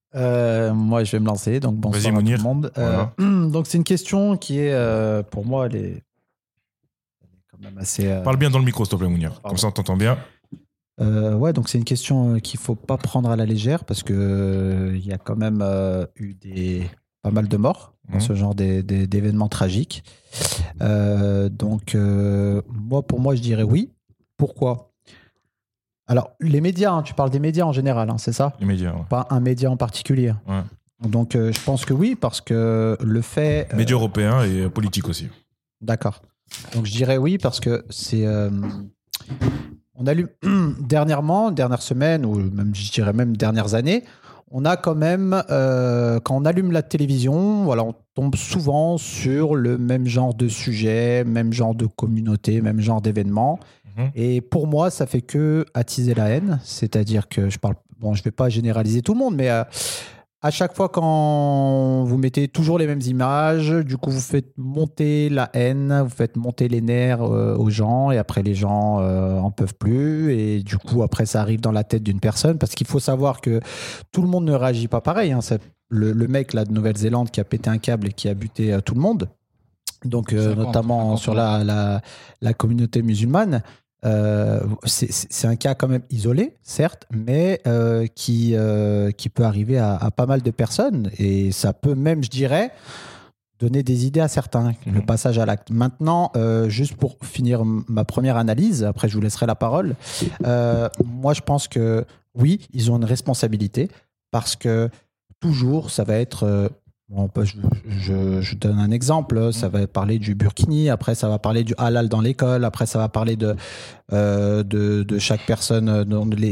Moi, je vais me lancer. Donc, bonsoir Vas-y, à tout Mounir. le monde. Voilà. Donc, c'est une question qui est, pour moi, elle est quand même assez. Parle bien dans le micro, s'il te plaît, Mounir. Pardon. Comme ça, on t'entend bien. Ouais, donc c'est une question qu'il faut pas prendre à la légère parce que il y a quand même eu pas mal de morts dans ce genre d'événements tragiques. Pour moi, je dirais oui. Pourquoi? Alors, les médias, hein, tu parles des médias en général, hein, c'est ça? Les médias, ouais. Pas un média en particulier. Ouais. Donc, je pense que oui, parce que le fait. Médias européens et politiques aussi. D'accord. Donc, je dirais oui, parce que c'est. On a lu dernière semaine, ou même, je dirais même dernières années, on a quand même, quand on allume la télévision, voilà, on tombe souvent sur le même genre de sujet, même genre de communauté, même genre d'événement. Et pour moi, ça fait que attiser la haine. C'est-à-dire que je vais pas généraliser tout le monde, mais à chaque fois quand vous mettez toujours les mêmes images, du coup vous faites monter la haine, vous faites monter les nerfs aux gens, et après les gens en peuvent plus, et du coup après ça arrive dans la tête d'une personne, parce qu'il faut savoir que tout le monde ne réagit pas pareil. Hein. C'est le mec là de Nouvelle-Zélande qui a pété un câble et qui a buté tout le monde, donc notamment sur la communauté musulmane. C'est un cas quand même isolé, certes, mais qui peut arriver à pas mal de personnes, et ça peut même, je dirais, donner des idées à certains, le passage à l'acte. Maintenant, juste pour finir ma première analyse, après je vous laisserai la parole, moi je pense que oui, ils ont une responsabilité, parce que toujours ça va être... je donne un exemple, ça va parler du burkini, après ça va parler du halal dans l'école, après ça va parler de chaque personne,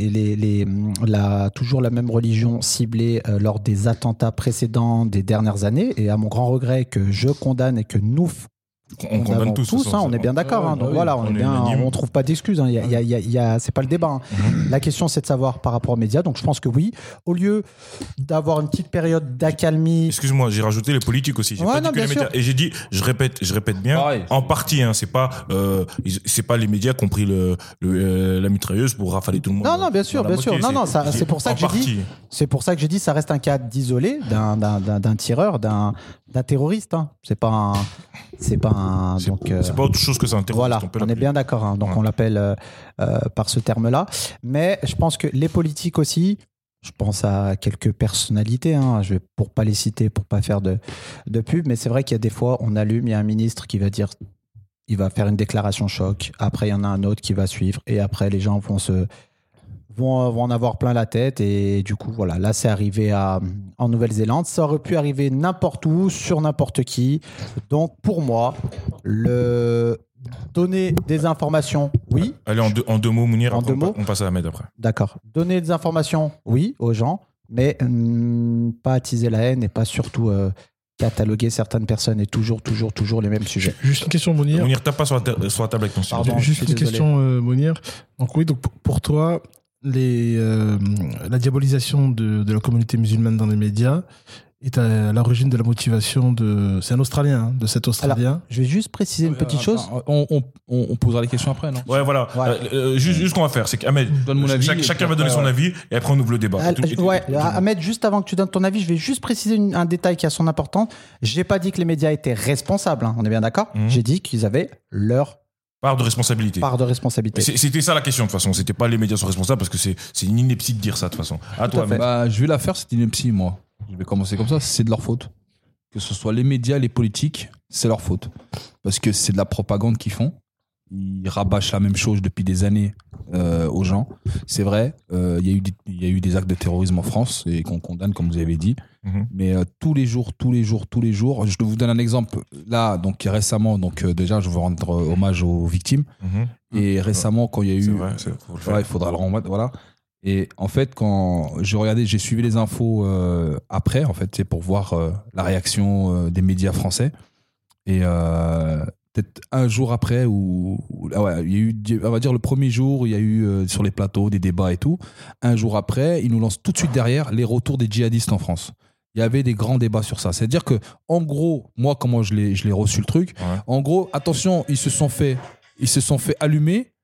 toujours la même religion ciblée lors des attentats précédents des dernières années, et à mon grand regret que je condamne et que nous on condamne tous, hein, on est bien d'accord. Hein, donc voilà, on trouve pas d'excuses. Hein, c'est pas le débat. Hein. La question, c'est de savoir par rapport aux médias. Donc je pense que oui, au lieu d'avoir une petite période d'accalmie. Excuse-moi, j'ai rajouté les politiques aussi. J'ai pas dit que les médias. Et j'ai dit, je répète bien, pareil. En partie. Hein, c'est pas les médias qui ont pris la mitrailleuse pour rafaler tout le monde. Non, bien sûr. Non, c'est pour ça que j'ai dit. C'est pour ça que j'ai dit, ça reste un cas isolé d'un tireur, d'un terroriste. Hein. C'est pas autre chose que ça, un terroriste. Voilà, on est bien d'accord. Hein, donc on l'appelle par ce terme-là. Mais je pense que les politiques aussi, je pense à quelques personnalités, hein, pour pas les citer, pour pas faire de pub, mais c'est vrai qu'il y a des fois, on allume, il y a un ministre qui va dire, il va faire une déclaration choc, après il y en a un autre qui va suivre, et après les gens vont en avoir plein la tête, et du coup voilà, là c'est arrivé en Nouvelle-Zélande, ça aurait pu arriver n'importe où, sur n'importe qui. Donc pour moi, donner des informations, oui. Allez, en deux mots, Mounir, on passe à Ahmed après. D'accord. Donner des informations, oui, aux gens, mais pas attiser la haine, et pas surtout cataloguer certaines personnes, et toujours les mêmes sujets. Juste une question, Mounir. Mounir, tape pas sur la table avec ton sujet. Pardon, juste une question, Mounir. Donc oui, donc pour toi, la diabolisation de la communauté musulmane dans les médias est à l'origine de la motivation c'est un Australien, hein, de cet Australien. Alors, je vais juste préciser une petite chose. On posera les questions après, non? Ouais, voilà. Ouais. Juste ce qu'on va faire, c'est qu'Ahmed, chacun va donner son avis, et après on ouvre le débat. Ahmed, juste avant que tu donnes ton avis, je vais juste préciser un détail qui a son importance. J'ai pas dit que les médias étaient responsables, hein, on est bien d'accord? J'ai dit qu'ils avaient leur part de responsabilité. C'était ça la question, de toute façon. C'était pas les médias sont responsables, parce que c'est une ineptie de dire ça, de toute façon. À toi, Ahmed. Je vais la faire, cette ineptie, moi. Je vais commencer comme ça, c'est de leur faute. Que ce soit les médias, les politiques, c'est leur faute. Parce que c'est de la propagande qu'ils font. Ils rabâchent la même chose depuis des années aux gens. C'est vrai, il y a eu des actes de terrorisme en France, et qu'on condamne, comme vous avez dit. Mais tous les jours, je vous donne un exemple. Là, donc récemment, déjà, je veux rendre hommage aux victimes. Et récemment, quand il y a eu... C'est vrai, il faudra le rendre, voilà. Et en fait, quand j'ai suivi les infos après, en fait, c'est pour voir la réaction des médias français. Et peut-être un jour après, il y a eu, on va dire le premier jour, il y a eu sur les plateaux des débats et tout. Un jour après, ils nous lancent tout de suite derrière les retours des djihadistes en France. Il y avait des grands débats sur ça. C'est-à-dire que, en gros, moi, comment je l'ai reçu le truc, en gros, attention, ils se sont fait allumer.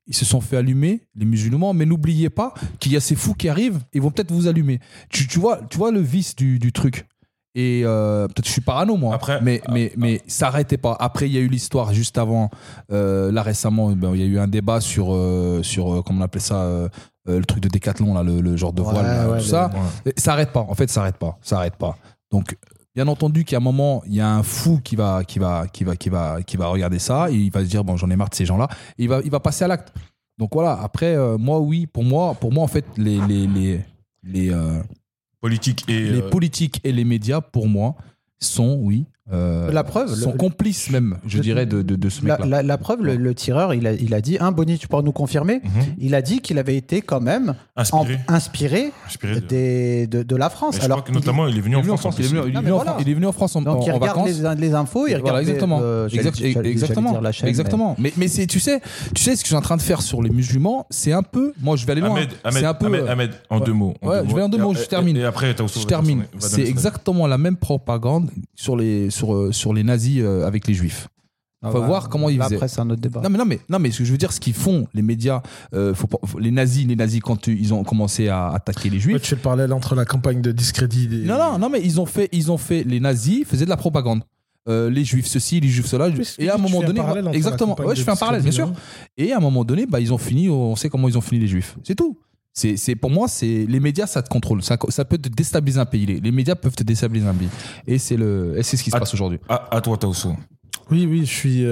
ils se sont fait allumer, les musulmans, mais n'oubliez pas qu'il y a ces fous qui arrivent et vont peut-être vous allumer. Tu vois le vice du truc. Et peut-être que je suis parano, moi. Après, mais ça n'arrêtait pas. Après, il y a eu l'histoire juste avant. Là, récemment, il y a eu un débat sur comment on appelait ça, le truc de Décathlon, là, le genre de voile, tout ça. Ça n'arrête pas. En fait, ça n'arrête pas. Donc, bien entendu qu'à un moment, il y a un fou qui va regarder ça et il va se dire, bon, j'en ai marre de ces gens-là. Et il va passer à l'acte. Donc voilà. Après, pour moi, en fait, les politiques et les médias, pour moi, sont, la preuve, sont complices même, je dirais, de ce mec-là. La preuve, le tireur, il a dit, Bonny, tu pourras nous confirmer, il a dit qu'il avait été quand même inspiré de la France. Alors que notamment, il est venu en France. Il est venu en France en vacances. Il regarde les infos, il regarde exactement. Mais tu sais ce que je suis en train de faire sur les musulmans, c'est un peu, moi je vais aller loin. Ahmed, en deux mots. Je vais en deux mots, je termine. Et après, je termine. C'est exactement la même propagande sur les nazis avec les juifs. Il faut voir comment ils faisaient. Après, c'est un autre débat. Non, mais ce que je veux dire, ce qu'ils font, les médias, les nazis, quand ils ont commencé à attaquer les juifs. Tu fais le parallèle entre la campagne de discrédit. Non, mais ils ont fait, les nazis faisaient de la propagande. Les juifs ceci, les juifs cela. Et à un moment donné, exactement. Ouais, je fais un parallèle, bien sûr. Et à un moment donné, ils ont fini, on sait comment ils ont fini les juifs. C'est tout. Pour moi, les médias, ça te contrôle. Ça peut te déstabiliser un pays. Les médias peuvent te déstabiliser un pays. Et c'est ce qui se passe aujourd'hui. À toi, Taousso. Oui, je suis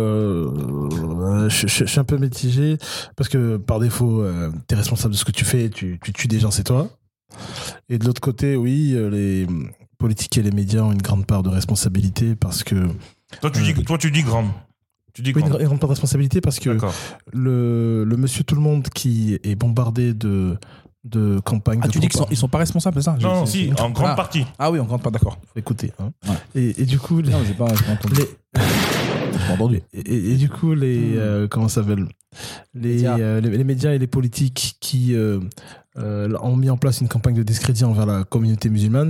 un peu mitigé parce que par défaut, t'es responsable de ce que tu fais, tu tues des gens, c'est toi. Et de l'autre côté, oui, les politiques et les médias ont une grande part de responsabilité parce que. Toi, tu dis grande. Une grande part de responsabilité parce que le monsieur tout le monde qui est bombardé de campagnes. Tu dis qu'ils sont pas responsables, c'est ça? Non, si, en grande partie. Ah oui, en grande partie, d'accord. Écoutez. Hein. Ouais. Et du coup. Non, j'ai pas entendu. Et du coup, comment ça s'appelle les médias et les politiques qui ont mis en place une campagne de discrédit envers la communauté musulmane,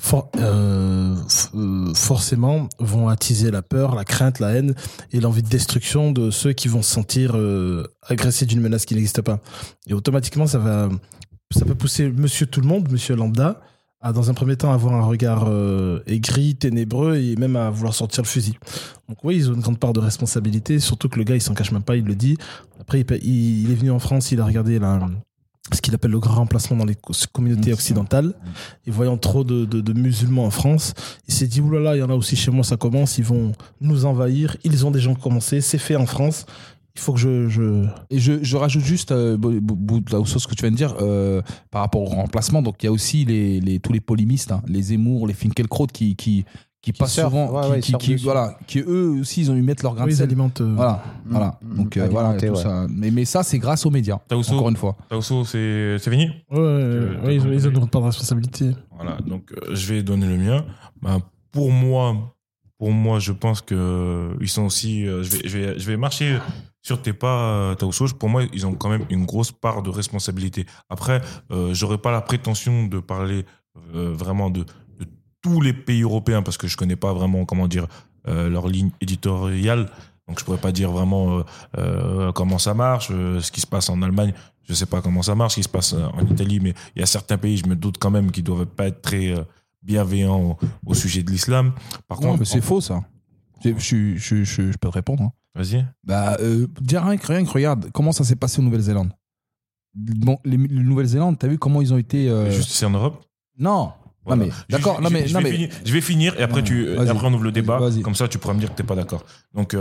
forcément vont attiser la peur, la crainte, la haine et l'envie de destruction de ceux qui vont se sentir agressés d'une menace qui n'existe pas. Et automatiquement, ça peut pousser monsieur tout le monde, monsieur lambda, à dans un premier temps avoir un regard aigri, ténébreux et même à vouloir sortir le fusil. Donc oui, ils ont une grande part de responsabilité, surtout que le gars il s'en cache même pas, il le dit. Après il est venu en France, il a regardé ce qu'il appelle le grand remplacement dans les communautés occidentales, et voyant trop de musulmans en France, il s'est dit oulala, il y en a aussi chez moi, ça commence, ils vont nous envahir, ils ont déjà commencé, c'est fait en France. Il faut que Et je rajoute juste ce que tu viens de dire par rapport au remplacement. Donc il y a aussi tous les polémistes, hein, les Zemmour, les Finkielkraut qui passent souvent, qui eux aussi ils ont eu mettre leur grain de sel. Ils alimentent. Voilà. Donc voilà tout ça. Mais ça c'est grâce aux médias. Encore une fois. Taousso, c'est fini. Ouais, ils ont une part de responsabilité. Voilà. Donc je vais donner le mien. Pour moi, je pense que ils sont aussi. Je vais marcher sur tes pas, Taousso. Pour moi, ils ont quand même une grosse part de responsabilité. Après, j'aurais pas la prétention de parler vraiment de tous les pays européens parce que je connais pas vraiment leur ligne éditoriale. Donc je pourrais pas dire vraiment comment ça marche, ce qui se passe en Allemagne. Je sais pas comment ça marche, ce qui se passe en Italie, mais il y a certains pays, je me doute quand même, qui doivent pas être très bienveillants au sujet de l'islam. Par contre, mais c'est faux ça. Je peux te répondre. Hein. Vas-y. Dire rien que regarde comment ça s'est passé en Nouvelle-Zélande. Bon, les Nouvelle-Zélande, t'as vu comment ils ont été. Juste c'est en Europe. Non. Voilà. Non mais d'accord. Je vais finir et après après on ouvre le débat. Vas-y. Comme ça tu pourras me dire que t'es pas d'accord. Donc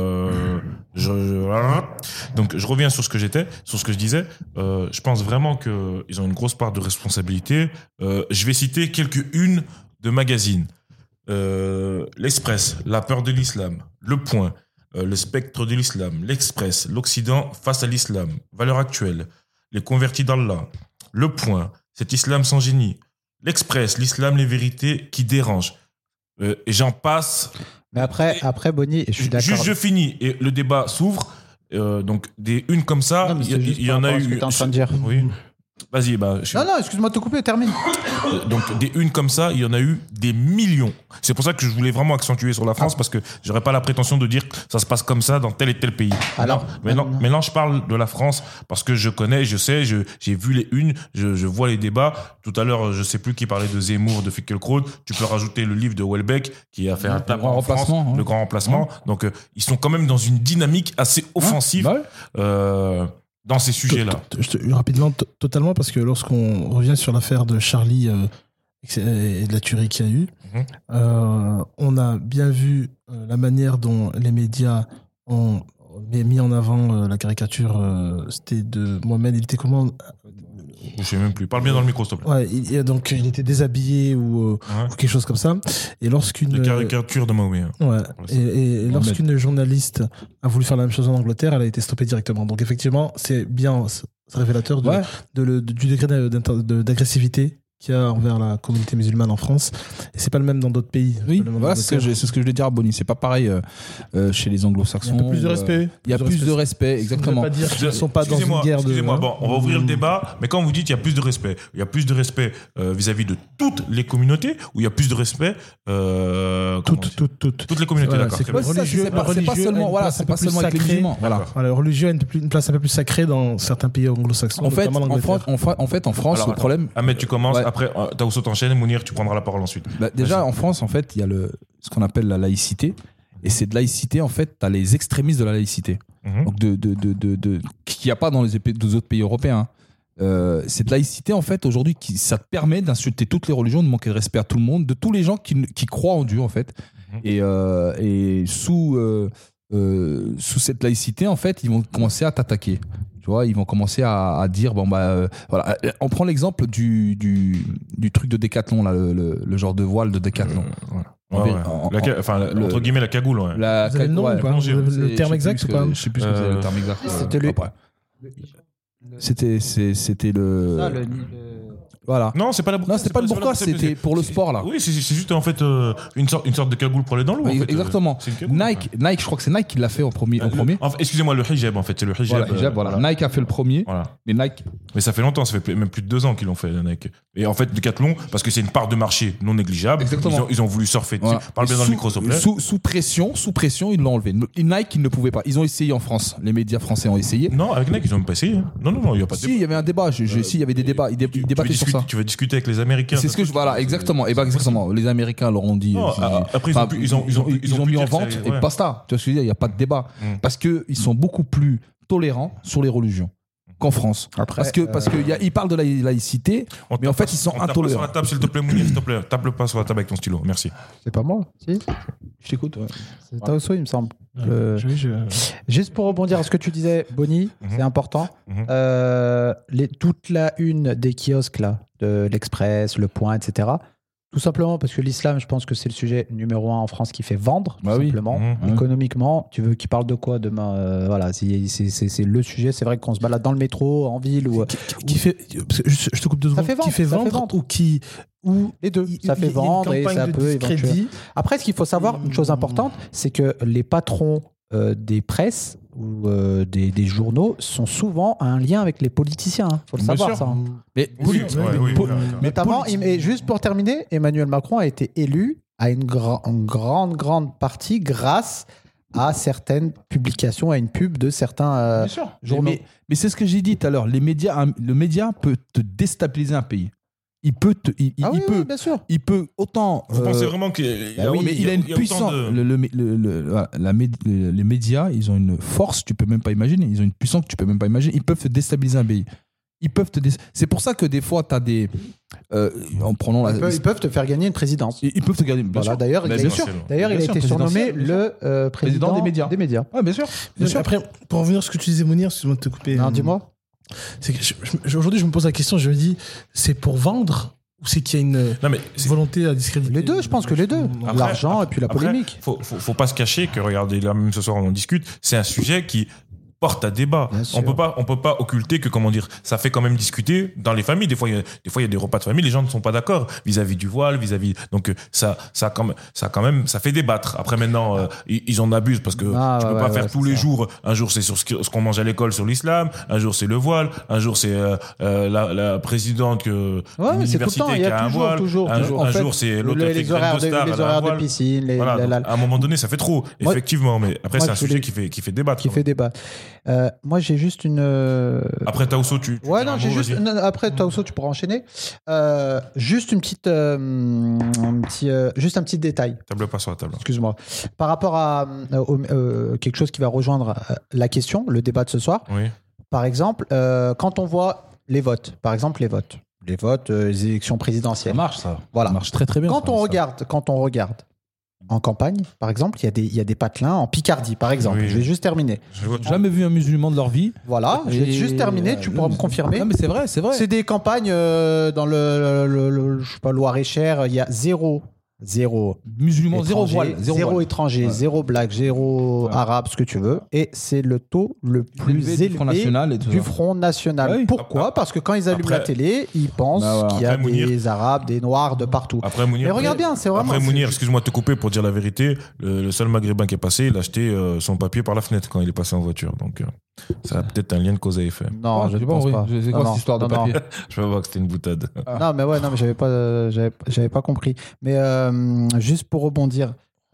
je reviens sur ce que je disais. Je pense vraiment que ils ont une grosse part de responsabilité. Je vais citer quelques-unes de magazines. L'Express, La peur de l'islam, Le Point, Le spectre de l'islam, L'Express, L'Occident face à l'islam, Valeurs actuelles, Les convertis d'Allah, Le Point, Cet islam sans génie, L'Express, l'islam, les vérités qui dérangent. Et j'en passe. Mais après Bonny, je suis d'accord. Juste, je finis et le débat s'ouvre. Donc, une comme ça, il y en a eu. Ce que tu es en train de dire. Oui. Vas-y, Non, excuse-moi de te couper, termine. Donc des unes comme ça, il y en a eu des millions. C'est pour ça que je voulais vraiment accentuer sur la France parce que j'aurais pas la prétention de dire que ça se passe comme ça dans tel et tel pays. Alors, maintenant je parle de la France parce que je connais, je sais, j'ai vu les unes, je vois les débats. Tout à l'heure, je sais plus qui parlait de Zemmour, de Finkielkraut. Tu peux rajouter le livre de Welbeck qui a fait un tabac en France, le grand remplacement. Donc ils sont quand même dans une dynamique assez offensive. Dans ces sujets-là. Rapidement, totalement, parce que lorsqu'on revient sur l'affaire de Charlie et de la tuerie qu'il y a eu, on a bien vu la manière dont les médias ont mis en avant la caricature. C'était de Mohamed, il était comment? Je sais même plus. Parle bien dans le micro, s'il te plaît. Ouais, donc il était déshabillé ou quelque chose comme ça. Et lorsqu'une de caricature de Mahomet. Ouais. Et lorsqu'une journaliste a voulu faire la même chose en Angleterre, elle a été stoppée directement. Donc effectivement, c'est bien révélateur du degré d'agressivité qu'il y a envers la communauté musulmane en France. Et c'est pas le même dans d'autres pays. Oui, voilà, c'est ce que je voulais dire à Bonnie. C'est pas pareil chez les anglo-saxons. Il y a un peu plus de respect. Il y a plus de respect, exactement. Ça ne veut pas dire qu'ils ne sont pas dans une guerre de... Excusez-moi, bon, on va ouvrir le débat, mais quand vous dites qu'il y a plus de respect, il y a plus de respect vis-à-vis de toutes les communautés ou il y a plus de respect toutes les communautés, voilà, d'accord. C'est pas seulement avec les musulmans. Voilà. Le religieux a une place un peu plus sacrée dans certains pays anglo-saxons. En fait, en France, le problème... Ahmed, tu commences, après Taousso t'enchaîne, Mounir, tu prendras la parole ensuite. Déjà, en France, en fait, il y a ce qu'on appelle la laïcité. Et cette laïcité, en fait, tu as les extrémistes de la laïcité. Donc qu'il n'y a pas dans les autres pays européens. Cette laïcité, en fait, aujourd'hui, ça te permet d'insulter toutes les religions, de manquer de respect à tout le monde, de tous les gens qui croient en Dieu, en fait. Et sous cette laïcité, en fait, ils vont commencer à t'attaquer. Tu vois, ils vont commencer à dire voilà. On prend l'exemple du truc de Décathlon, là, le genre de voile de Décathlon. Entre guillemets, la cagoule. Ouais. Vous avez le nom ou pas? Le terme exact ou pas? Je sais plus ce que c'est le terme exact. C'était lui. C'était le. Voilà. Non, c'est pas la burqa. Non, c'était pas le burqa, c'était pour le sport, là. Oui, c'est juste en fait une sorte de cagoule pour aller dans l'eau. Oui, exactement. Nike, je crois que c'est Nike qui l'a fait en premier. Excusez-moi, le hijab, en fait. C'est le hijab. Voilà. Nike a fait le premier. Voilà. Mais ça fait longtemps, ça fait même plus de 2 ans qu'ils l'ont fait, Nike. Et en fait, Decathlon, parce que c'est une part de marché non négligeable, ils ont voulu surfer dessus. Parle bien dans le micro, s'il te plaît. Sous pression, ils l'ont enlevé. Nike, ils ne pouvaient pas. Ils ont essayé en France. Les médias français ont essayé. Non, avec Nike, ils n'ont même pas essayé. Non, il n'y a pas de débat. Si, il y avait un débat. Il y avait des débats. Ils débattaient sur ça. Tu veux discuter avec les Américains. C'est ce que voilà, exactement. Et exactement. Les Américains leur ont dit. Après, ils ont mis en vente et basta. Tu vois ce que je veux dire? Il n'y a pas de débat. Parce qu'ils sont beaucoup plus tolérants sur les religions qu'en France. Parce qu'ils parlent de la laïcité, mais en fait, ils sont intolérants. Sur la table, s'il te plaît, Mounir, s'il te plaît. Tape pas sur la table avec ton stylo. Merci. C'est pas moi, si? Je t'écoute. C'est Taousso, il me semble. Juste pour rebondir à ce que tu disais, Bonnie, c'est important. Toute la une des kiosques là, de l'Express, Le Point, etc. Tout simplement parce que l'islam, je pense que c'est le sujet numéro 1 en France qui fait vendre, tout simplement. Économiquement, tu veux qu'il parle de quoi demain? Voilà, c'est le sujet. C'est vrai qu'on se balade dans le métro, en ville ou je te coupe 2 secondes. Qui fait vendre ou les deux. Ça fait vendre et ça peut éventuellement. Après, ce qu'il faut savoir, une chose importante, c'est que les patrons des presses ou des journaux sont souvent un lien avec les politiciens. Il faut le savoir, ça. Mais notamment, et juste pour terminer, Emmanuel Macron a été élu à une grande partie grâce à certaines publications, à une pub de certains journaux. Mais c'est ce que j'ai dit tout à l'heure. Le média peut te déstabiliser un pays. Il peut autant. Vous pensez vraiment qu'il mais il a une puissance. Les médias, ils ont une force que tu peux même pas imaginer. Ils ont une puissance que tu peux même pas imaginer. Ils peuvent te déstabiliser un pays. C'est pour ça que des fois, tu as des. En prenant ils peuvent te faire gagner une présidence. Ils peuvent te gagner. Voilà, d'ailleurs, il a été surnommé le président des médias. Ah, bien sûr. Après, pour revenir à ce que tu disais, Mounir, excuse-moi de te couper. Non, dis-moi. C'est que aujourd'hui, je me pose la question, je me dis, c'est pour vendre ou c'est qu'il y a une volonté à discréditer? Les deux, je pense que les deux. L'argent et puis la polémique. Faut pas se cacher que, regardez, là même ce soir on en discute, c'est un sujet qui porte à débat. Bien sûr. On peut pas occulter que, comment dire, ça fait quand même discuter dans les familles. Des fois, il y a des repas de famille, les gens ne sont pas d'accord vis-à-vis du voile, donc ça quand même, ça fait débattre. Après, maintenant, ils en abusent parce que tu peux pas faire tous les jours. Un jour, c'est sur ce qu'on mange à l'école sur l'islam. Un jour, c'est le voile. Un jour, c'est la présidente d'une université qui a un voile. Un jour, c'est l'autre qui les horaires de piscine. Voilà, à un moment donné, ça fait trop, effectivement. Mais après, c'est un sujet qui fait débattre. Qui fait débat. Moi, j'ai juste une. Après Taousso, tu ouais, non, j'ai juste. Après Taousso, tu pourras enchaîner. Juste une petite, juste un petit détail. Table pas sur la table. Excuse-moi. Par rapport à quelque chose qui va rejoindre la question, le débat de ce soir. Oui. Par exemple, quand on voit les votes, les élections présidentielles. Ça marche, ça. Voilà. Ça marche très très bien. Quand on regarde en campagne, par exemple, il y a des patelins en Picardie, par exemple. Oui. Je vais juste terminer. J'ai jamais vu un musulman de leur vie. Voilà, je vais juste terminer, tu pourras me confirmer. Non, mais c'est vrai. C'est des campagnes dans le je sais pas, Loir-et-Cher, il y a zéro Musulman, zéro étranger, voile. zéro étranger, Ouais. zéro black, zéro arabe, ce que tu veux. Et c'est le taux le plus élevé du Front National et tout du ça. Front National. Oui. Pourquoi ? Parce que quand ils allument Après- la télé, ils pensent Bah ouais. qu'il y a Après, des Mounir- arabes, des noirs de partout. Après Mounir, Mais regarde bien, c'est vraiment... Après Mounir, excuse-moi de te couper pour dire la vérité, le seul maghrébin qui est passé, il a acheté son papier par la fenêtre quand il est passé en voiture. Donc ça a peut-être un lien de cause à effet. Non, je ne pense pas. C'est quoi Non, cette histoire de non, non. papier Je vais voir que c'était une boutade. Non, mais ouais, non, mais j'avais pas compris. Mais juste pour rebondir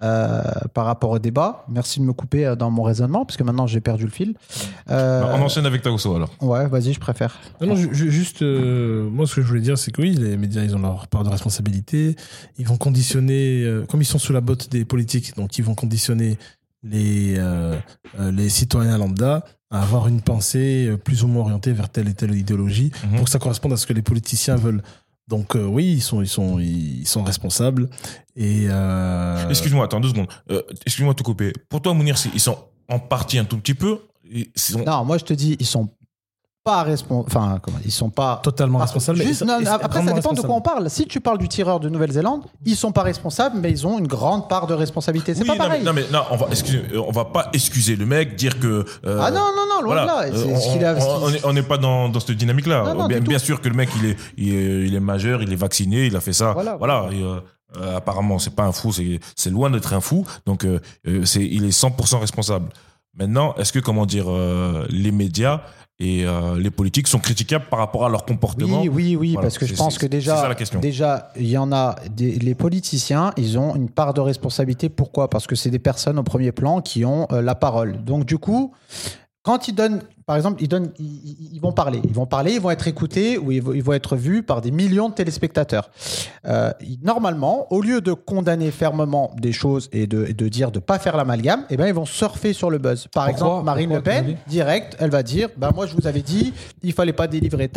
par rapport au débat, merci de me couper dans mon raisonnement, parce que maintenant j'ai perdu le fil. On enchaîne avec Taousso alors. Ouais, vas-y, je préfère. Non, juste, moi, ce que je voulais dire, c'est que oui, les médias, ils ont leur part de responsabilité. Ils vont conditionner, comme ils sont sous la botte des politiques, donc ils vont conditionner les citoyens lambda à avoir une pensée plus ou moins orientée vers telle et telle idéologie pour que ça corresponde à ce que les politiciens veulent. Donc oui, ils sont responsables. Et Excuse-moi, attends 2 secondes. Excuse-moi de te couper. Pour toi, Mounir, ils sont en partie un tout petit peu. Non, moi je te dis, ils sont pas responsables. Enfin, comment ils sont pas totalement responsables. Juste, mais non, ils sont après, ça vraiment dépend de quoi on responsables. parle. Si tu parles du tireur de Nouvelle-Zélande, ils sont pas responsables, mais ils ont une grande part de responsabilité. C'est Oui, pas non, pareil. non, on va pas excuser le mec, dire que. Ah non, loin de là. C'est ce qu'il a- on n'est pas dans cette dynamique-là. Non, non, bien, du bien tout. sûr que le mec, il est majeur, il est vacciné, il a fait ça. Voilà. Et, apparemment, c'est pas un fou, c'est loin d'être un fou. Donc, il est 100% responsable. Maintenant, est-ce que, comment dire, les médias et les politiques sont critiquables par rapport à leur comportement? Oui, Voilà, parce que je pense que c'est ça la question. déjà, il y en a les politiciens, ils ont une part de responsabilité. Pourquoi ? Parce que c'est des personnes au premier plan qui ont la parole. Donc du coup, quand ils donnent, par exemple, ils vont parler, ils vont être écoutés ou ils vont être vus par des millions de téléspectateurs. Normalement, au lieu de condamner fermement des choses et de dire de pas faire l'amalgame, eh ben ils vont surfer sur le buzz. Par exemple, Marine Le Pen, direct, elle va dire, bah moi je vous avais dit, il fallait pas délivrer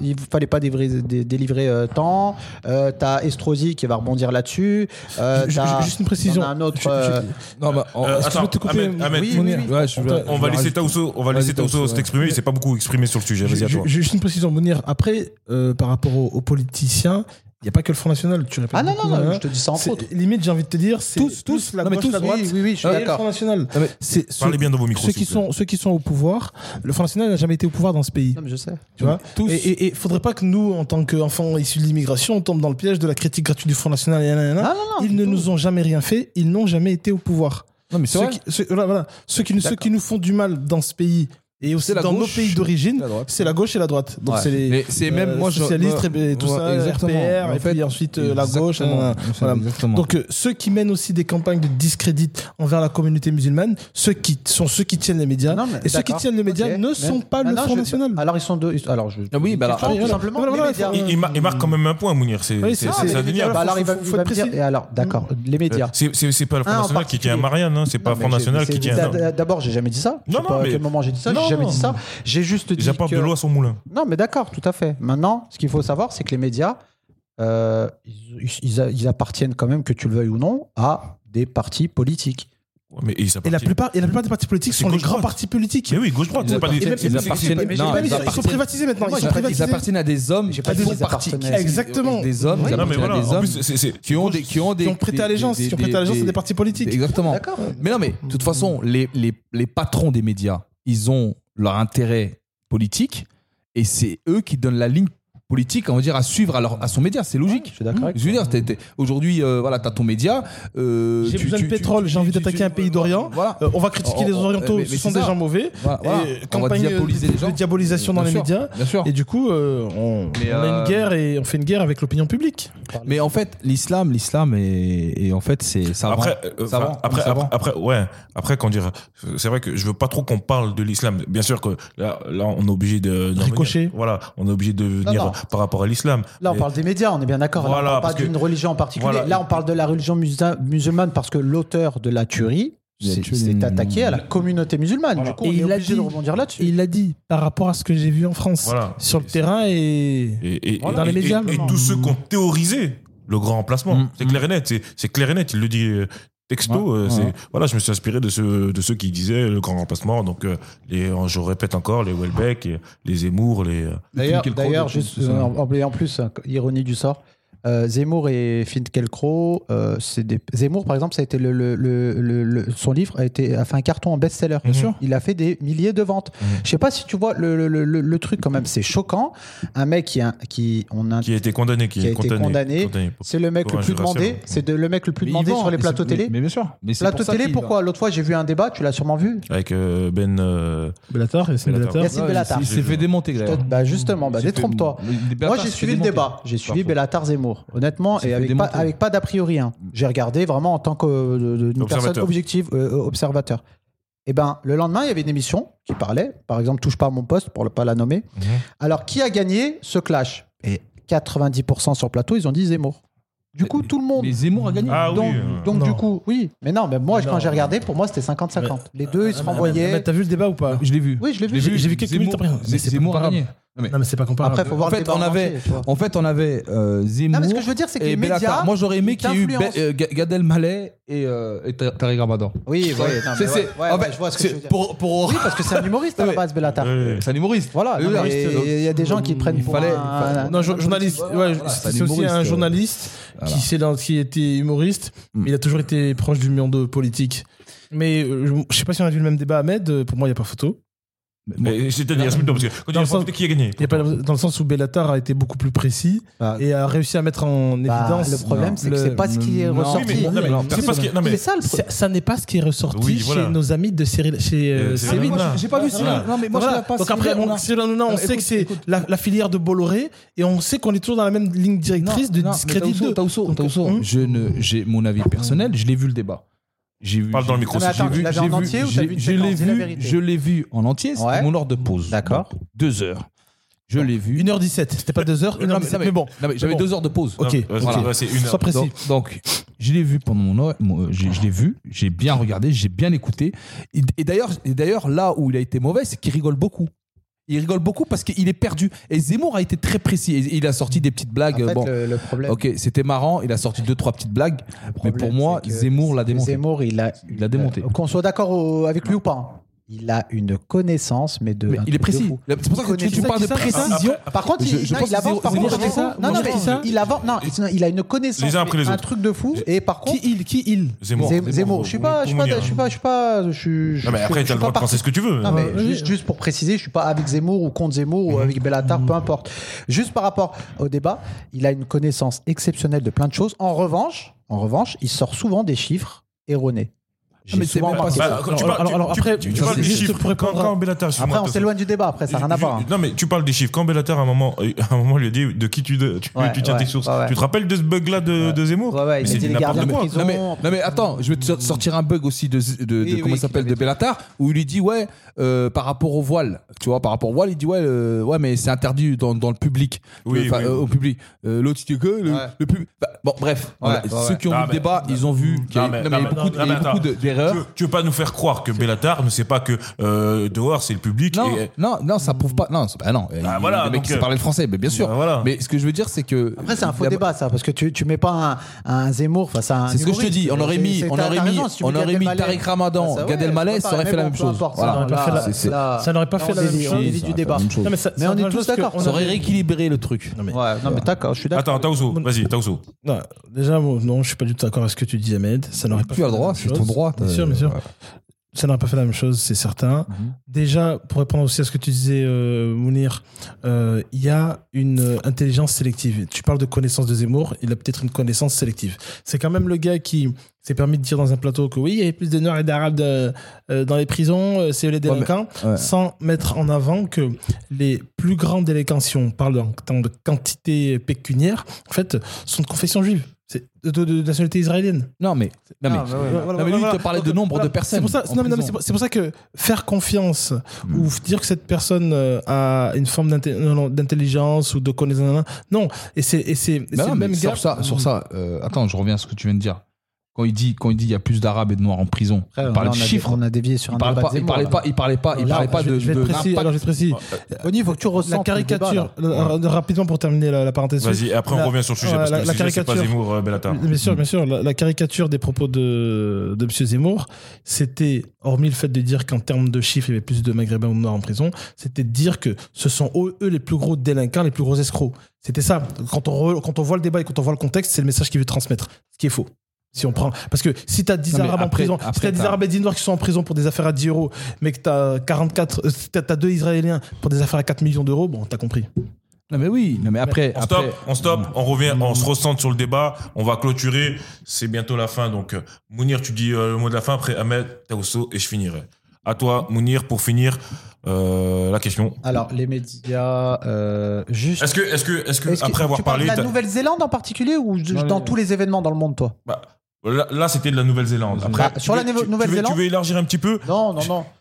tant. T'as Estrosi qui va rebondir là-dessus. Juste une précision. On a un autre. Non, bah, Attends, Ahmed, Oui. ouais, on va laisser Taousso s'exprimer. Il s'est pas beaucoup exprimé sur le sujet. Vas-y, à toi. Juste une précision, Mounir. Après, par rapport aux politiciens, il n'y a pas que le Front National. Tu répètes Ah non, beaucoup, non, hein. je te dis ça entre autres. Limite, j'ai envie de te dire, c'est Tous, la non, mais gauche, tous, la droite. Oui, je suis et le d'accord. Front National. Non, mais C'est Parlez bien dans vos micros. ceux s'il vous plaît. ceux qui sont au pouvoir. Le Front National n'a jamais été au pouvoir dans ce pays. Non, mais je sais. Tu vois tous. Et faudrait pas que nous, en tant qu'enfants issus de l'immigration, on tombe dans le piège de la critique gratuite du Front National. Non, Ils ne nous ont jamais rien fait. Ils n'ont jamais été au pouvoir. Non, mais c'est vrai. Ceux qui nous font du mal dans ce pays et aussi C'est la dans nos gauche, pays d'origine, la droite. c'est la gauche et la droite. Donc Ouais. c'est les Mais c'est même moi, socialistes et tout ouais, ça, exactement. RPR, En et fait, puis ensuite la gauche. exactement. Voilà. Exactement. Donc ceux qui mènent aussi des campagnes de discrédit envers la communauté musulmane, ceux qui tiennent les médias, Non, mais et ceux qui d'accord. tiennent les médias Ok. ne Mais sont pas le maintenant, Front National. Alors ils sont deux. Alors je. Ah oui, bah alors, Question, tout voilà. simplement. Voilà, les médias. Il marque quand même un point, Mounir. C'est Oui, indéniable. Bah alors il va faut il va être me dire. précis. Et alors, d'accord, les médias. C'est pas le Front Ah, en National qui tient à particulier. Marianne, hein. C'est pas Non, le Front mais National c'est- qui tient. non. D'abord, j'ai jamais dit ça. Je Non, sais non, pas à mais- quel moment j'ai dit ça. Non, J'ai jamais non. dit ça. J'ai juste dit J'apporte que. de l'eau à son moulin. Non, mais d'accord, tout à fait. Maintenant, ce qu'il faut savoir, c'est que les médias, ils appartiennent quand même, que tu le veuilles ou non, à des partis politiques. Ouais, mais Et la plupart des partis politiques C'est sont les gauche-droite. grands partis politiques. Mais oui, gauche-droite. Ils C'est pas des. même- c'est- ils c'est- appartiennent- c'est- Mais non, j'ai pas ils dit ça, ils sont appartiennent- privatisés maintenant. Moi, Ils sont j'ai pas dit- privatisés. Ils appartiennent à des hommes J'ai pas qui dit font qu'ils partie. appartenaient. Exactement. Des hommes, Oui. ils Non, mais appartiennent à voilà. des En hommes plus, c'est. qui ont des. Qui ont prêté allégeance. Qui ont prêté allégeance, c'est des partis politiques. Exactement. D'accord. Mais non, mais de toute façon, les patrons des médias, ils ont leur intérêt politique et c'est eux qui donnent la ligne politique, on va dire, à suivre à son média. C'est logique. Je suis d'accord avec Je veux dire, aujourd'hui, voilà, t'as ton média. J'ai besoin de pétrole, j'ai envie d'attaquer un pays d'Orient. Voilà. On va critiquer les Orientaux, mais ce sont c'est des ça. gens mauvais. Voilà. Et On va campagne diaboliser les gens. de diabolisation dans Bien les sûr, médias. Bien sûr. Et du coup, on a une guerre et on fait une guerre avec l'opinion publique. Mais en fait, l'islam et en fait, ça Après, vend. après, quand dire, c'est vrai que je veux pas trop qu'on parle de l'islam. Bien sûr que là, on est obligé de Ricocher. Voilà, on est obligé de venir non. par rapport à l'islam. Là, on parle des médias, on est bien d'accord. Là, Voilà, on parle parce pas d'une que- religion en particulier. voilà. Là, on parle de la religion musulmane parce que l'auteur de la tuerie s'est attaqué à la communauté musulmane. Voilà. Du coup, Et on est il l'a obligé dit. de rebondir Et là-dessus. il l'a dit par rapport à ce que j'ai vu en France, Voilà. sur le terrain et dans les médias. Et tous ceux qui ont théorisé le grand remplacement, c'est clair et net. C'est clair et net. Il le dit texto. Voilà, je me suis inspiré de ceux qui disaient le grand remplacement. Donc, je répète encore, les Welbeck, les Zemmour, les. D'ailleurs, juste en plus, ironie du sort, Zemmour et Finkielkraut, Zemmour, par exemple, ça a été son livre a fait un carton en best-seller. Bien sûr. Il a fait des milliers de ventes. Je sais pas si tu vois le truc quand même, c'est choquant. Un mec qui a été condamné, c'est le mec le plus demandé. C'est le mec le plus demandé sur les plateaux télé. Mais bien sûr. Plateau télé, pourquoi? L'autre fois, j'ai vu un débat, tu l'as sûrement vu. Avec Bellatar, Yacine Bellatar. Yacine Bellatar. Il s'est fait démonter, d'ailleurs. Bah justement, détrompe-toi. Moi, j'ai suivi le débat. J'ai suivi Bellatar Zemmour. Honnêtement, et avec pas d'a priori. Hein. J'ai regardé vraiment en tant qu'une personne objective, observateur. Et ben, le lendemain, il y avait une émission qui parlait, par exemple, Touche pas à mon poste, pour ne pas la nommer. Alors, qui a gagné ce clash? Et 90% sur le plateau, ils ont dit Zemmour. Du coup, tout le monde. Mais Zemmour a gagné. Ah Donc du coup, oui. Mais non, mais moi, quand j'ai regardé, pour moi, c'était 50-50. Les deux, ils se renvoyaient. T'as vu le débat ou pas? Je l'ai vu. Oui, je l'ai vu. J'ai vu quelques minutes après. Mais c'est Zemmour a gagné. Non, mais c'est pas comparable. Après, il faut voir En fait, on avait Zemmour. Non, mais ce que je veux dire, c'est que les médias. Bellatar. Moi, j'aurais aimé qu'il y ait eu Gad Elmaleh et Tariq Ramadan. Oui, je vois ce que tu veux dire. Oui, parce que c'est un humoriste à la base, Bellatar. C'est un humoriste. Voilà, il y a des gens qui le prennent pour un... Non, journaliste. Ouais, c'est aussi un journaliste qui était humoriste, mais il a toujours été proche du monde politique. Mais je sais pas si on a vu le même débat, Ahmed. Pour moi, il n'y a pas photo. Mais c'est-à-dire, parce que quand il y a qui a gagné. Il y a pas, dans le sens où Bellatar a été beaucoup plus précis et a réussi à mettre en évidence. Le problème, c'est que c'est pas ce qui est ressorti. C'est ça le problème. Ça n'est pas ce qui est ressorti chez nos amis de Cyril Hanouna. J'ai pas vu Cyril. Non, mais moi, je l'ai pas. Donc après, Cyril Hanouna, on sait que c'est la filière de Bolloré et on sait qu'on est toujours dans la même ligne directrice de discrédit de. Taousso, j'ai mon avis personnel, je l'ai vu le débat. Parle dans le micro. Tu l'avais en entier ou t'as vu une séquence? Dis la vérité. Je l'ai vu en entier, c'était mon heure de pause. D'accord. 2 heures. Je l'ai vu. 1h17, c'était pas 2 heures, 1h17, mais bon. J'avais 2 heures de pause. Ok, c'est une heure. sois précis. Donc, je l'ai vu pendant mon heure, je l'ai vu, j'ai bien regardé, j'ai bien écouté. Et d'ailleurs, là où il a été mauvais, c'est qu'il rigole beaucoup. Il rigole beaucoup parce qu'il est perdu. Et Zemmour a été très précis. Et il a sorti des petites blagues. En fait, bon, le problème. ok, c'était marrant. Il a sorti 2-3 petites blagues. Mais pour moi, Zemmour l'a démonté. Zemmour, il a démonté. Qu'on soit d'accord avec lui ou pas. Il a une connaissance, mais il est précis. C'est pour ça que tu parles de précision. Par contre, il avance. Par contre, il a une connaissance. Les uns après les autres. Un truc de fou. Et par contre, qui Zemmour. Je suis pas. Non, mais après, tu as le droit de penser ce que tu veux. Non, mais juste pour préciser, je suis pas avec Zemmour ou contre Zemmour ou avec Bellatar, peu importe. Juste par rapport au débat, il a une connaissance exceptionnelle de plein de choses. En revanche, il sort souvent des chiffres erronés. Mais c'est même pas ça. Alors après, tu parles des chiffres. Quand Bellatar, après, on s'éloigne du débat. Après, ça n'a rien à voir. Non, mais tu parles des chiffres. Quand Bellatar, à un moment, lui a dit de qui tu tiens tes sources. Tu te rappelles de ce bug-là de Zemmour? Ouais, c'est n'importe quoi. Non, mais attends, je vais te sortir un bug aussi de comment ça s'appelle, de Bellatar, où il lui dit, par rapport au voile, tu vois, par rapport au voile, il dit, ouais, mais c'est interdit dans le public. Au public. L'autre, il dit que le public. Bon, bref. Ceux qui ont vu le débat, ils ont vu qu'il y a beaucoup d'erreurs. Tu veux pas nous faire croire que Bellatar ne sait pas que dehors c'est le public? Non, ça prouve pas. Non, voilà, le mec qui sait parler le français, mais bien sûr. Mais ce que je veux dire, c'est que. Après, c'est un faux débat, ça, parce que tu mets pas un Zemmour face à un. C'est ce que je te dis. On aurait mis Tariq Ramadan, Gad Elmaleh, ça aurait fait la même chose. Ça n'aurait pas fait la même chose du débat. Mais on est tous d'accord. Ça aurait rééquilibré le truc. Non, mais d'accord, je suis d'accord. Attends, Taousso, vas-y, Taousso. Déjà, non, je suis pas du tout d'accord avec ce que tu dis, Ahmed. Ça n'aurait pas. Tu as le droit, c'est ton droit. Bien sûr. ça n'aurait pas fait la même chose, c'est certain. Déjà, pour répondre aussi à ce que tu disais, Mounir, il y a une intelligence sélective. Tu parles de connaissance de Zemmour, il a peut-être une connaissance sélective. C'est quand même le gars qui s'est permis de dire dans un plateau que oui, il y avait plus de Noirs et d'Arabes dans les prisons, c'est eux les délinquants, sans mettre en avant que les plus grands délinquants, si on parle en termes de quantité pécuniaire, en fait, sont de confession juive. C'est de nationalité israélienne. Non, mais lui, il te parlait de nombre de personnes. C'est pour ça que faire confiance ou dire que cette personne a une forme d'intelligence ou de connaissance. Non, et c'est le même gars. Sur ça, attends, je reviens à ce que tu viens de dire. Quand il dit il y a plus d'Arabes et de Noirs en prison, il parlait de chiffres. On a dévié sur un débat de Zemmour. Il parlait pas de. Je vais être précis. Oni, il faut que tu ressentes la caricature. Rapidement pour terminer la parenthèse. Vas-y, après on revient sur le sujet parce que le sujet c'est pas Zemmour, Bellatar. Bien sûr. La caricature des propos de M. Zemmour, c'était, hormis le fait de dire qu'en termes de chiffres, il y avait plus de Maghrébins ou de Noirs en prison, c'était de dire que ce sont eux les plus gros délinquants, les plus gros escrocs. C'était ça. Quand on voit le débat et quand on voit le contexte, c'est le message qu'il veut transmettre. Ce qui est faux. Si on prend, parce que si t'as 10 Arabes en prison, si t'as 10 Arabes et 10 Noirs qui sont en prison pour des affaires à 10 euros, mais que t'as 2 Israéliens pour des affaires à 4 millions d'euros, bon, t'as compris. Non mais après. On stoppe, on revient, on se recentre sur le débat, on va clôturer, c'est bientôt la fin, donc Mounir, tu dis le mot de la fin, après Ahmed, Taousso et je finirai. À toi, Mounir, pour finir, la question. Alors, les médias, juste. Est-ce que après avoir parlé. Tu parles de la Nouvelle-Zélande en particulier ou dans tous les événements dans le monde, toi? Là, c'était de la Nouvelle-Zélande. Après, sur la Nouvelle-Zélande. Tu veux élargir un petit peu? Non.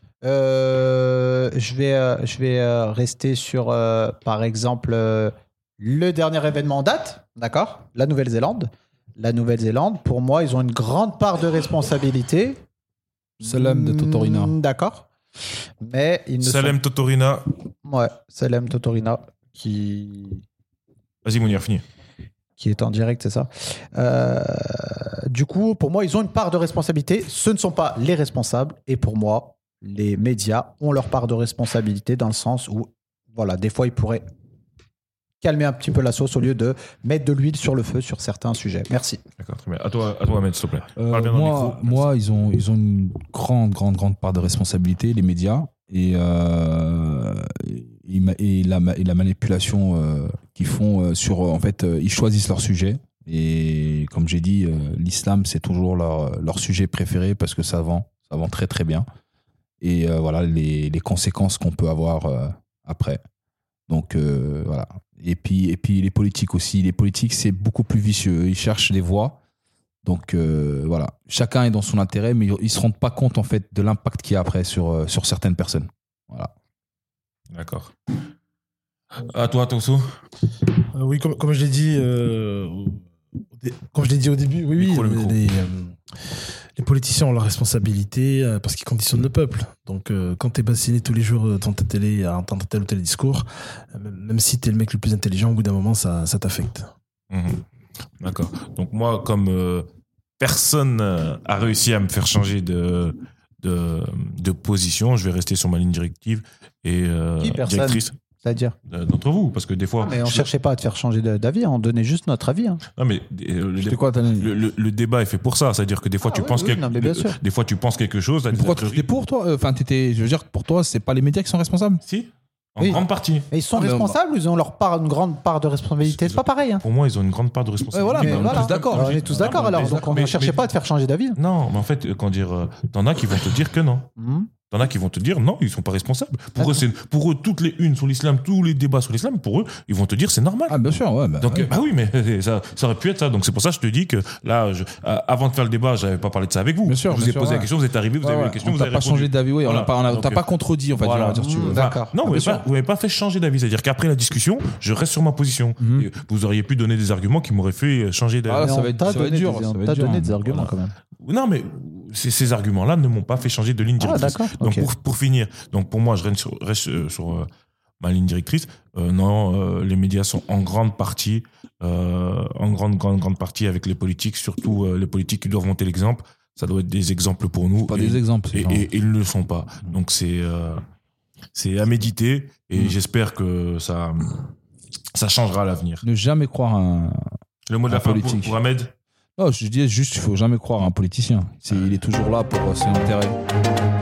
Je vais rester sur, par exemple, le dernier événement en date, d'accord? La Nouvelle-Zélande. La Nouvelle-Zélande, pour moi, ils ont une grande part de responsabilité. Salem de Totorina. D'accord. Mais ils ne Salem Totorina. Ouais, Salem Totorina qui. Vas-y, Mounir, finis. Qui est en direct, c'est ça. Du coup, pour moi, ils ont une part de responsabilité. Ce ne sont pas les responsables. Et pour moi, les médias ont leur part de responsabilité dans le sens où, voilà, des fois, ils pourraient calmer un petit peu la sauce au lieu de mettre de l'huile sur le feu sur certains sujets. Merci. D'accord, très bien. À toi, Ahmed, s'il te plaît. Parle bien dans le micro. Moi, ils ont une grande part de responsabilité, les médias. Et la manipulation qu'ils font sur, en fait, ils choisissent leur sujet. Et comme j'ai dit, l'islam, c'est toujours leur sujet préféré parce que ça vend très très bien. Et voilà les conséquences qu'on peut avoir après. Donc voilà. Et puis les politiques aussi. Les politiques, c'est beaucoup plus vicieux. Ils cherchent des voix. Donc voilà. Chacun est dans son intérêt, mais ils ne se rendent pas compte en fait de l'impact qu'il y a après sur certaines personnes. Voilà. D'accord. À toi, Taousso. Oui, comme je l'ai dit, au début, oui, les politiciens ont leur responsabilité parce qu'ils conditionnent le peuple. Donc, quand tu es bassiné tous les jours dans ta télé à entendre tel ou tel discours, même si tu es le mec le plus intelligent, au bout d'un moment, ça t'affecte. D'accord. Donc, moi, comme personne a réussi à me faire changer de position, je vais rester sur ma ligne directive et directrice. C'est-à-dire d'entre vous, parce que des fois... mais on ne cherchait pas à te faire changer d'avis, on donnait juste notre avis. Hein. Non, mais le débat est fait pour ça. C'est-à-dire que des fois, des fois tu penses quelque chose... Pourquoi tu étais pour toi? Enfin, je veux dire, pour toi, c'est pas les médias qui sont responsables? Si, en grande partie. Et ils sont responsables ou ils ont une grande part de responsabilité? C'est pas pareil. Hein. Pour moi, ils ont une grande part de responsabilité. On est tous d'accord. On est tous d'accord alors, donc on ne cherchait pas à te faire changer d'avis. Non, mais en fait, t'en as qui vont te dire que non. T'en as qui vont te dire non, ils sont pas responsables. Pour eux, toutes les unes sur l'islam, tous les débats sur l'islam, pour eux, ils vont te dire c'est normal. Ah bien sûr, ouais. Donc oui, mais ça aurait pu être ça. Donc c'est pour ça que je te dis que là, avant de faire le débat, j'avais pas parlé de ça avec vous. Bien sûr, je vous ai posé la question, vous êtes arrivé, vous avez eu la question, vous avez pas changé d'avis, oui. Voilà. T'as pas contredit en fait. Voilà. Dire, tu veux. D'accord. Non, vous m'avez pas fait changer d'avis. C'est-à-dire qu'après la discussion, je reste sur ma position. Et vous auriez pu donner des arguments qui m'auraient fait changer d'avis. Ça va être dur. On t'a donné des arguments quand même. Non, mais ces arguments-là ne m'ont pas fait changer de ligne directrice. Donc, pour finir, donc pour moi, je reste sur ma ligne directrice. Les médias sont en grande partie avec les politiques, surtout les politiques qui doivent monter l'exemple. Ça doit être des exemples pour nous. Pas des exemples. Et ils ne le sont pas. Donc, c'est à méditer et j'espère que ça changera à l'avenir. Ne jamais croire le mot de la fin pour Ahmed. Non, je dis juste qu'il ne faut jamais croire à un politicien. Il est toujours là pour ses intérêts.